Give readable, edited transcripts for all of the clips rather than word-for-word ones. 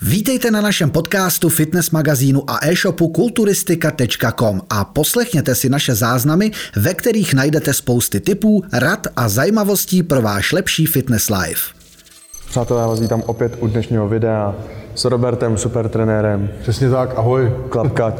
Vítejte na našem podcastu, fitness magazínu a e-shopu kulturistika.com a poslechněte si naše záznamy, ve kterých najdete spousty tipů, rad a zajímavostí pro váš lepší fitness life. Přátelé, já vás vítám opět u dnešního videa s Robertem, supertrenérem. Přesně tak, ahoj. Klapka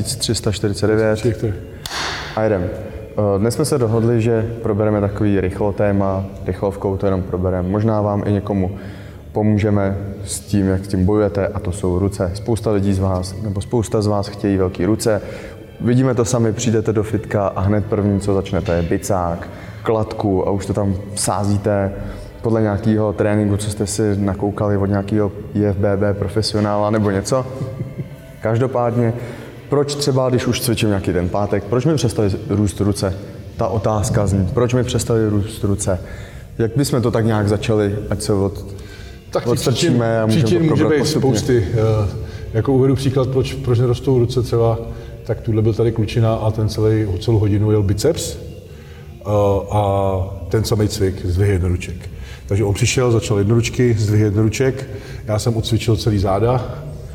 1349. A jedem. Dnes jsme se dohodli, že probereme takový téma, rychlovkou to jenom probereme. Možná vám i někomu pomůžeme s tím, jak s tím bojujete, a to jsou ruce. Spousta lidí z vás, nebo spousta z vás chtějí velké ruce. Vidíme to sami, přijdete do fitka a hned první, co začnete, je bicák, kladku a už to tam sázíte podle nějakého tréninku, co jste si nakoukali od nějakého IFBB profesionála nebo něco. Každopádně, proč třeba, když už cvičím nějaký den pátek, proč mi přestali růst ruce? Ta otázka zní, proč mi přestali růst ruce? Jak bychom to tak nějak začali, ať se odstrčíme a můžeme to může být postupně. spousty. Jako uvedu příklad, proč nerostou ruce třeba, tak tuhle byl tady klučina a ten celou hodinu jel biceps a ten samý cvik, zdvih jednoruček. Takže on přišel, začal jednoručky, zdvih jednoruček, já jsem odcvičil celý záda,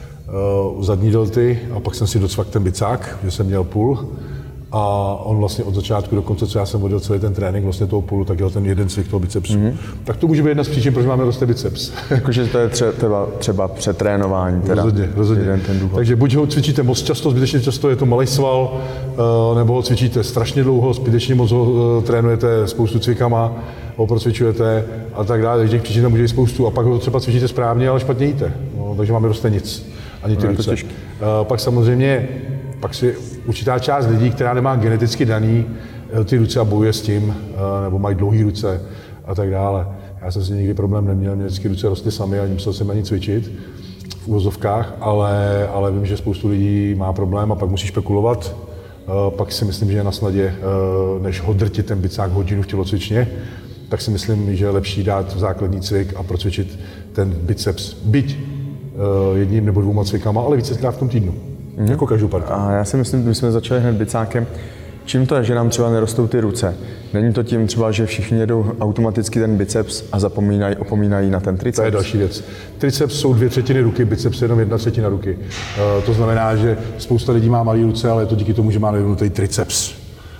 zadní delty a pak jsem si docvakl ten bicák, že jsem měl pull. A on vlastně od začátku do konce, co já jsem odjel celý ten trénink vlastně toho půlu, tak jel ten jeden cvik toho bicepsu. Tak to může být jedna z příčin, proč máme roste biceps. Jakože to je třeba přetrénování. Teda Rozhodně. Takže buď ho cvičíte moc často, zbytečně často, je to malej sval, nebo ho cvičíte strašně dlouho, zbytečně moc ho trénujete spoustu cvikama, ho procvičujete a tak dále. Takže těch příčin tam může být spoustu a pak ho třeba cvičíte správně, ale špatně jíte. No, takže máme roste nic, ani ty ruce. Pak samozřejmě pak si určitá část lidí, která nemá geneticky daný ty ruce a bojuje s tím, nebo mají dlouhé ruce a tak dále. Já jsem si nikdy problém neměl, mě vždycky ruce rostly sami a nemusel jsem ani cvičit v uvozovkách, ale vím, že spoustu lidí má problém a pak musí špekulovat. Pak si myslím, že je na snadě, než ho drtit ten bicák hodinu v tělocvičně, tak si myslím, že je lepší dát základní cvik a procvičit ten biceps, byť jedním nebo dvouma cvikama, ale vícekrát v tom týdnu. Jako každou partii. A já si myslím, že jsme začali hned bicákem. Čím to je, že nám třeba nerostou ty ruce? Není to tím třeba, že všichni jedou automaticky ten biceps a opomínají na ten triceps? To je další věc. Triceps jsou 2/3 ruky, biceps je jenom 1/3 ruky. To znamená, že spousta lidí má malé ruce, ale je to díky tomu, že má nevyvinutý triceps.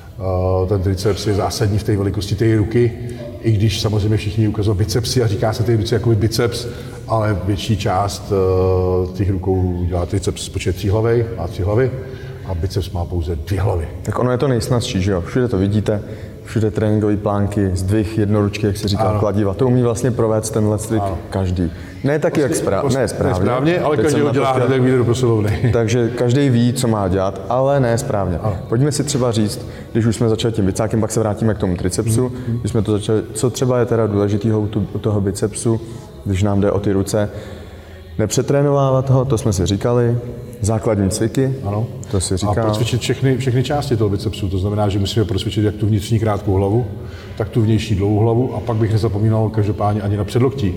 Ten triceps je zásadní v té velikosti té ruky, i když samozřejmě všichni ukazují bicepsy a říká se té ruce jako biceps, ale větší část těch rukou dělá triceps spočet 3 hlavy, má 3 hlavy a biceps má pouze 2 hlavy. Tak ono je to nejsnazší, že jo? Všude to vidíte, všude tréninkové plánky, zdvih jednoručky, jak se říká, kladiva. To umí vlastně provést tenhle cvik každý. Ne taky jak správně, ale každý ho dělá hned, jak vyjde do posilovny. Takže každý ví, co má dělat, ale ne správně. Pojďme si třeba říct, když už jsme začali tím bicákem, pak se vrátíme k tomu tricepsu. Když jsme to začali, co třeba je teda důležitého u toho bicepsu, když nám jde o ty ruce, nepřetrénovávat ho, to jsme si říkali, základní cviky, ano. To si říká. A procvičit všechny části toho bicepsu, to znamená, že musíme procvičit jak tu vnitřní krátkou hlavu, tak tu vnější dlouhou hlavu a pak bych nezapomínal každopádně ani na předloktí.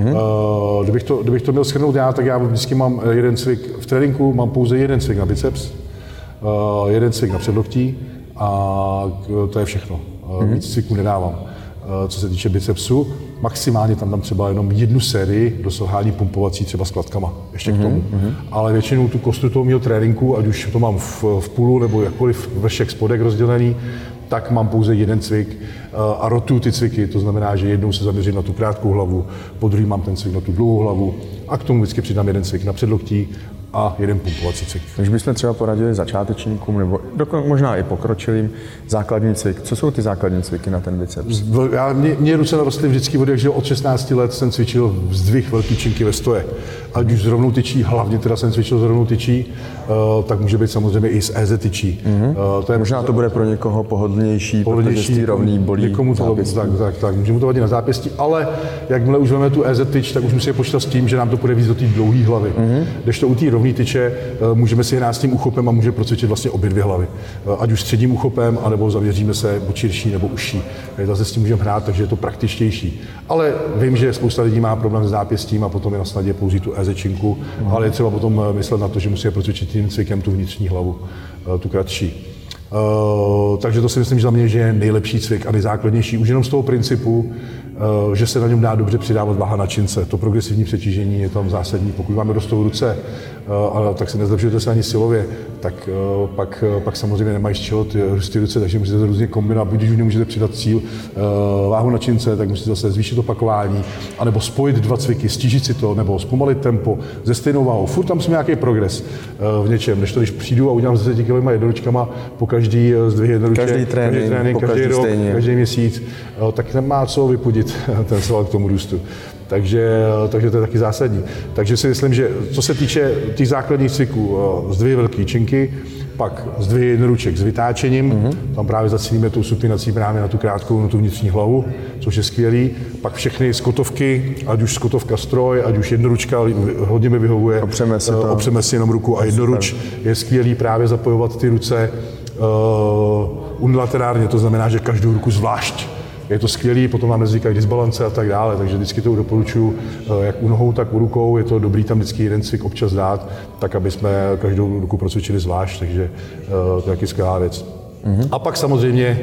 Kdybych to měl shrnout tak já vždycky mám jeden cvik v tréninku, mám pouze jeden cvik na biceps, jeden cvik na předloktí a to je všechno. Víc cviků nedávám. Co se týče bicepsu, maximálně tam dám třeba jenom jednu sérii do selhání pumpovací třeba s kladkama, ještě k tomu. Ale většinou tu kostu toho mého tréninku, ať už to mám v půlu nebo jakkoliv vršek spodek rozdělený, tak mám pouze jeden cvik a rotuju ty cviky, to znamená, že jednou se zaměřím na tu krátkou hlavu, po druhý mám ten cvik na tu dlouhou hlavu a k tomu vždycky přidám jeden cvik na předloktí a jeden pumpovací cvik. Když bychom třeba poradili začátečníkům nebo možná i pokročilým základní cvik, co jsou ty základní cviky na ten biceps? Mě ruce narostly vždycky od 16 let jsem cvičil zdvih velký činky ve stoje. Ať už s rovnou tyčí, hlavně teda jsem cvičil s rovnou tyčí, tak může být samozřejmě i s EZ tyčí. Možná to bude pro někoho pohodlnější, protože z té rovný bolí někomu to tak, může mu to vadit na zápěstí, ale jakmile už máme tu EZ tyč, tak už musíme počítat s tím, že nám to půjde víc do té dlouhé hlavy. Kdežto u té rovné tyče můžeme si hrát s tím uchopem a můžeme procvičit vlastně obě dvě hlavy. Ať už středním uchopem, anebo zaměříme se buď širší nebo užší. Zase s tím můžeme hrát, takže je to praktičtější. Ale vím, že spousta lidí má problém s zápěstím a potom je na snadě použít tu EZ-činku, ale je třeba potom myslet na to, že musíme procvičit tím cvikem tu vnitřní hlavu, tu kratší. Takže to si myslím, že za mě že je nejlepší cvik a nejzákladnější. Už jenom z toho principu, že se na něm dá dobře přidávat váha na čince. To progresivní přetížení je tam zásadní. Pokud vám rostou ruce, tak se nezlepšujete se ani silově, tak pak samozřejmě nemají z čeho ty ruce, takže můžete to různě kombinovat. Když už nemůžete přidat cíl váhu na čince, tak musíte zase zvýšit opakování, anebo spojit 2 cviky, stížit si to, nebo zpomalit tempo ze stejnou váhou. Furt tam jsme nějaký progres v něčem, než to, když přijdu a udělám s 10 kg jednoručkama po každý zdvih jednoruček, každý trénink, každý rok, stejně. každý měsíc, tak nemá co vypudit ten sval k tomu růstu. Takže to je taky zásadní. Takže si myslím, že co se týče těch základních cviků, zdvihy velké činky, pak zdvihy jednoruček s vytáčením, tam právě zacílíme tou supinací právě na tu krátkou, na tu vnitřní hlavu, což je skvělý. Pak všechny skotovky, ať už skotovka stroj, ať už jednoručka, hodně mi vyhovuje. Opřeme si jenom ruku a jednoruč. Je skvělý právě zapojovat ty ruce unilaterálně, to znamená, že každou ruku zvlášť. Je to skvělý, potom vám nevznikají disbalance a tak dále, takže vždycky to doporučuji jak u nohou, tak u rukou. Je to dobrý tam vždycky jeden cvik občas dát, tak aby jsme každou ruku procvičili zvlášť, takže to je taky skvělá věc. A pak samozřejmě,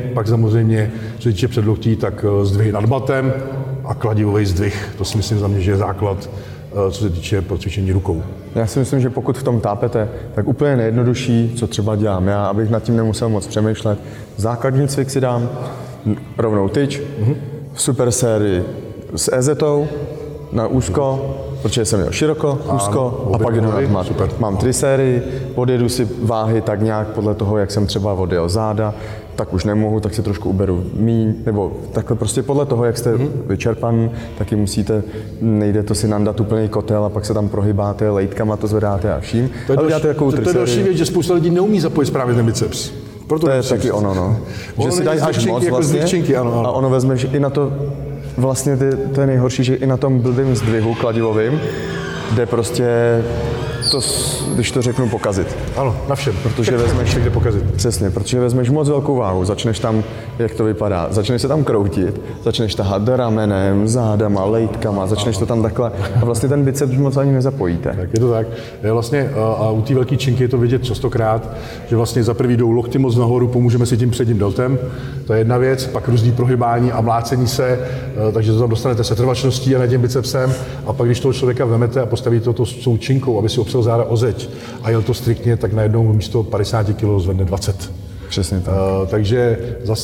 co se týče předloktí, tak zdvihy nad matem a kladivový zdvih. To si myslím za mě, že je základ, co se týče procvičení rukou. Já si myslím, že pokud v tom tápete, tak úplně nejjednodušší, co třeba dělám já, abych nad tím nemusel moc přemýšlet. Základní cvik si dám, rovnou tyč, v super sérii s EZ-tou na úzko, protože jsem měl široko, úzko a pak jdu nad mat. Mám 3 sérii, odjedu si váhy tak nějak podle toho, jak jsem třeba odjel záda, tak už nemohu, tak si trošku uberu míň, nebo takhle prostě podle toho, jak jste vyčerpaný, taky musíte, nejde to si nandat úplný kotel a pak se tam prohybáte, lejtkama to zvedáte a vším. To je další věc, že spousta lidí neumí zapojit správně ten biceps. To je taky ono, no. Že si dají až moc vlastně a ono vezme, že i na to, vlastně to je nejhorší, že i na tom blbým zdvihu kladivovým jde prostě to, když to řeknu, pokazit. Ano, na všem. Protože vezmeš, kde pokazit. Přesně, protože vezmeš moc velkou váhu, začneš tam, jak to vypadá, začneš se tam kroutit, začneš tahat ramenem, zádama, lejtkama, začneš to tam takhle a vlastně ten biceps moc ani nezapojíte. Tak je to tak. Je vlastně, a u té velké činky je to vidět častokrát, že vlastně za prvý jdou lokty moc nahoru, pomůžeme si tím předním deltem, to je jedna věc, pak různý prohybání a mlácení se, takže to tam dostanete setrvačností a nad tím bicepsem a pak když toho člověka vemete a postavíte to s tou činkou, aby si opřel záda o zeď a jel to striktně, tak najednou místo 50 kg zvedne 20. Přesně tak. Takže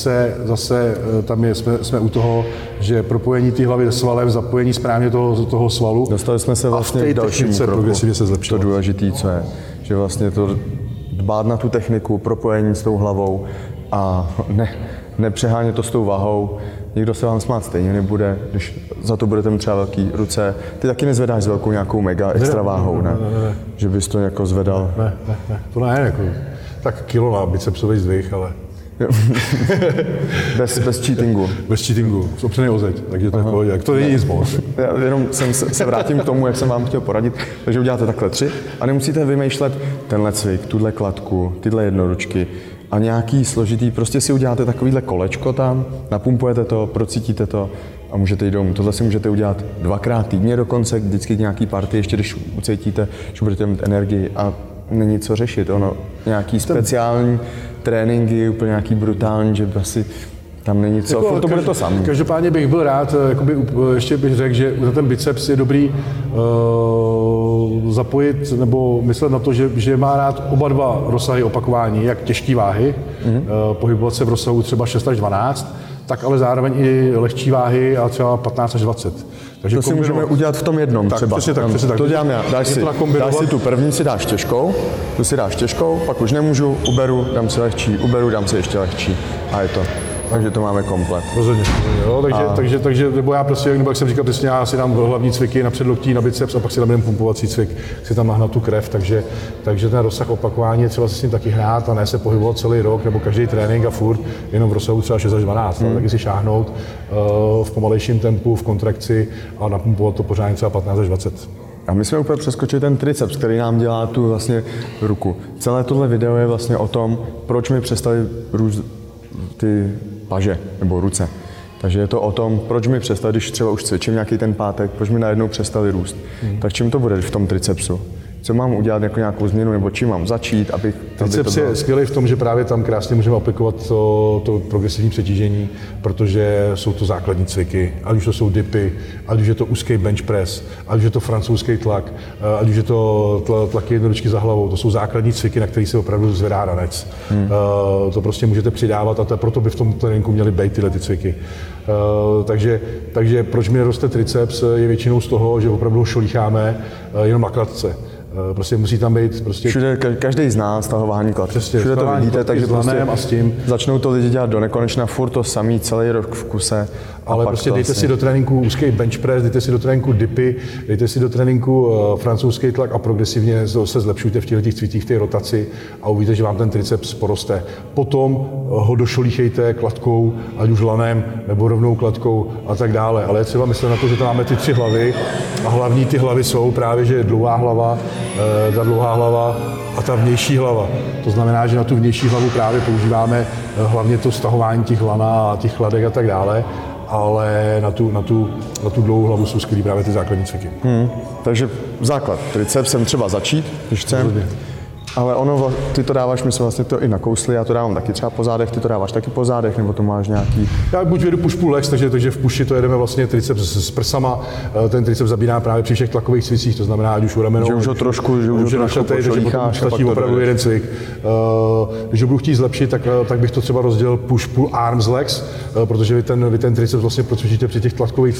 zase tam jsme u toho, že propojení té hlavy s svalem, zapojení správně toho svalu. Dostali jsme se vlastně k dalšímu kroku. Progresivně se zlepšilo. To důležité, co je, že vlastně to dbát na tu techniku, propojení s tou hlavou a nepřehánět to s tou váhou. Nikdo se vám smát stejně nebude, když za to budete mít třeba velký ruce. Ty taky nezvedáš s velkou nějakou mega extra váhou, ne? Že bys to jako zvedal. Ne, to ne, jako, tak kilo na bicepsový zdvih, ale... bez cheatingu. Bez cheatingu, opřený o zeď, takže to je pohodě, jak to není nic moc. Já jenom se vrátím k tomu, jak jsem vám chtěl poradit, takže uděláte takhle 3 a nemusíte vymýšlet tenhle cvik, tuhle kladku, tyhle jednoručky a nějaký složitý, prostě si uděláte takovýhle kolečko tam, napumpujete to, procítíte to a můžete jít domů. Tohle si můžete udělat 2krát týdně dokonce, vždycky nějaký party, ještě když ucítíte, že budete mít energii a není co řešit. Ono nějaký speciální tréninky, úplně nějaký brutální, že asi tam není co, jako, to bude to samé. Každopádně bych byl rád, jakoby, ještě bych řekl, že za ten biceps je dobrý zapojit nebo myslet na to, že má rád oba dva rozsahy opakování, jak těžké váhy, pohybovat se v rozsahu třeba 6 až 12, tak ale zároveň i lehčí váhy a třeba 15 až 20. Takže to si můžeme udělat v tom jednom tak, třeba. Přesně tak. To dělám já. Dáš si tu první, si dáš těžkou, tu si dáš těžkou, pak už nemůžu, uberu, dám si lehčí, uberu, dám si ještě lehčí a je to. Takže to máme komplet. Rozhodně. Jo, takže nebo já prostě, nebo jak jsem říkal, přesně já si dám hlavní cviky na předloktí, na biceps a pak si dám jeden pumpovací cvik, si tam nahnat tu krev, takže ten rozsah opakování je třeba se s ním taky hrát a ne se pohybovat celý rok nebo každý trénink a furt jenom v rozsahu třeba 6 až 12, ale taky si šáhnout v pomalejším tempu, v kontrakci a napumpovat to pořádně třeba 15 až 20. A my jsme úplně přeskočili ten triceps, který nám dělá tu vlastně ruku. Celé tohle video je vlastně o tom, proč mi přestali růst ty paže nebo ruce. Takže je to o tom, proč mi přestali, když třeba už cvičím nějaký ten pátek, proč mi najednou přestali růst. Tak čím to bude v tom tricepsu? co mám udělat jako nějakou změnu, nebo čím mám začít, aby triceps je skvělý v tom, že právě tam krásně můžeme aplikovat to progresivní přetížení, protože jsou to základní cviky, ať už to jsou dipy, ať už je to úzký bench press, ať už je to francouzský tlak, ať už je to tlaky jednoručky za hlavou, to jsou základní cviky, na který se opravdu zvedá ranec. To prostě můžete přidávat a proto by v tom tréninku měly být tyhle ty cviky. Takže proč mi neroste triceps, je většinou z toho, že opravdu ho šolícháme jenom na kladce. Prostě musí tam být prostě... Všude, každý z nás tahování kladky. Všude to vidíte, takže prostě a s tím. Začnou to lidi dělat do nekonečna, furt to samý, celý rok v kuse. Ale prostě dejte si do tréninku úzký bench press, dejte si do tréninku dipy, dejte si do tréninku francouzský tlak a progresivně se zlepšujte v těch cvicích, v té rotaci a uvidíte, že vám ten triceps poroste. Potom ho došolíchejte kladkou, ať už lanem nebo rovnou kladkou a tak dále. Ale je třeba myslet na to, že tam máme ty 3 hlavy a hlavní ty hlavy jsou právě, že dlouhá hlava, ta dlouhá hlava a ta vnější hlava. To znamená, že na tu vnější hlavu právě používáme hlavně to stahování těch lana a těch kladek a tak dále, ale na tu dlouhou hlavu jsou skvělý právě ty základní cviky. Takže základ tricepsem třeba začít, když chcem. Ale ty to dáváš, my jsme vlastně to i nakousli, já to dávám taky třeba po zádech, ty to dáváš taky po zádech, nebo to máš nějaký... Já buď jedu push pull legs, takže v puši to jedeme vlastně triceps s prsama, ten triceps zabírá právě při všech tlakových cvicích, to znamená, ať už u ramenou, že už ho trošku pošolícháš, stačí opravdu jeden cvik. Když ho budu chtít zlepšit, tak bych to třeba rozdělil push pull arms legs, protože vy ten triceps vlastně procvičíte při těch tlakových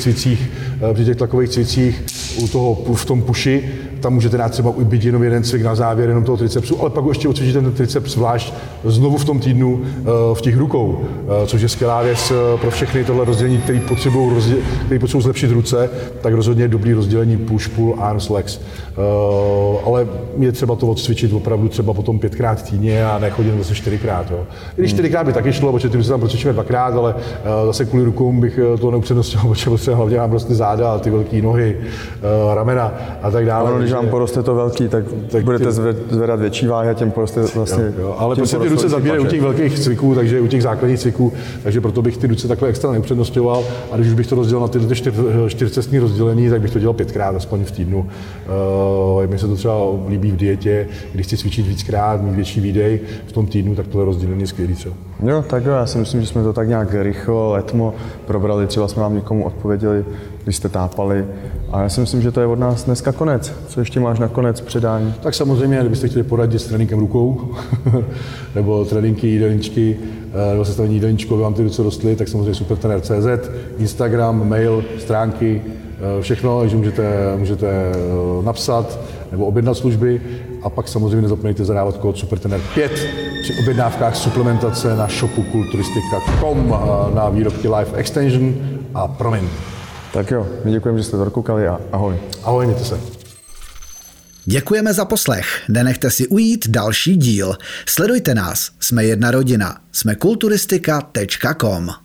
cvicích v tom puši, tam můžete dát třeba být jenom jeden cvik na závěr, jenom toho tricepsu, ale pak ještě odcvičíte ten triceps zvlášť znovu v tom týdnu v těch rukou, což je skvělá věc pro všechny tohle rozdělení, který potřebují zlepšit ruce, tak rozhodně je dobrý rozdělení push, pull, arms, legs. Ale je třeba to odcvičit opravdu třeba potom 5krát týdně a nechodit zase 4krát. Jo. I když 4krát by taky šlo, protože ty se tam procvičíme 2krát, ale zase kvůli rukům bych to neupřednostňoval, protože potřebujeme hlavně nám prostě záda a ty velké nohy, ramena a tak dále. Ono, když vám poroste to velký, tak budete zvedat větší váhy a těm poroste vlastně... Jo. Ale prostě ty ruce zabírají u těch velkých cviků, takže u těch základních cviků, takže proto bych ty ruce takhle extra neupřednostňoval a když už bych to rozdělil na tyhle 4cestní rozdělení, tak bych to dělal 5krát aspoň v týdnu. Mně se to třeba líbí v dietě, když chci cvičit víckrát, mít větší výdej v tom týdnu, tak tohle rozdělení je skvělý třeba. Jo, tak jo, já si myslím, že jsme to tak nějak rychlo, letmo probrali, třeba jsme vám někomu odpověděli, když jste tápali. A já si myslím, že to je od nás dneska konec. Co ještě máš na konec předání? Tak samozřejmě, kdybyste chtěli poradit s tréninkem rukou, nebo tréninky jídelníčky, nebo sestavení jídelníčku, aby vám ty ruce rostly, tak samozřejmě supertrener.cz, Instagram, mail, stránky, všechno, takže můžete napsat nebo objednat služby a pak samozřejmě nezapomeňte zadávat kód SUPERTRENER5 při objednávkách suplementace na shopu kulturistika.com na výrobky Life Extension a Promin. Tak jo, my děkujeme, že jste to dokoukali a ahoj. Ahoj, mějte se. Děkujeme za poslech. Nenechte si ujít další díl. Sledujte nás. Jsme jedna rodina. Jsme kulturistika.com.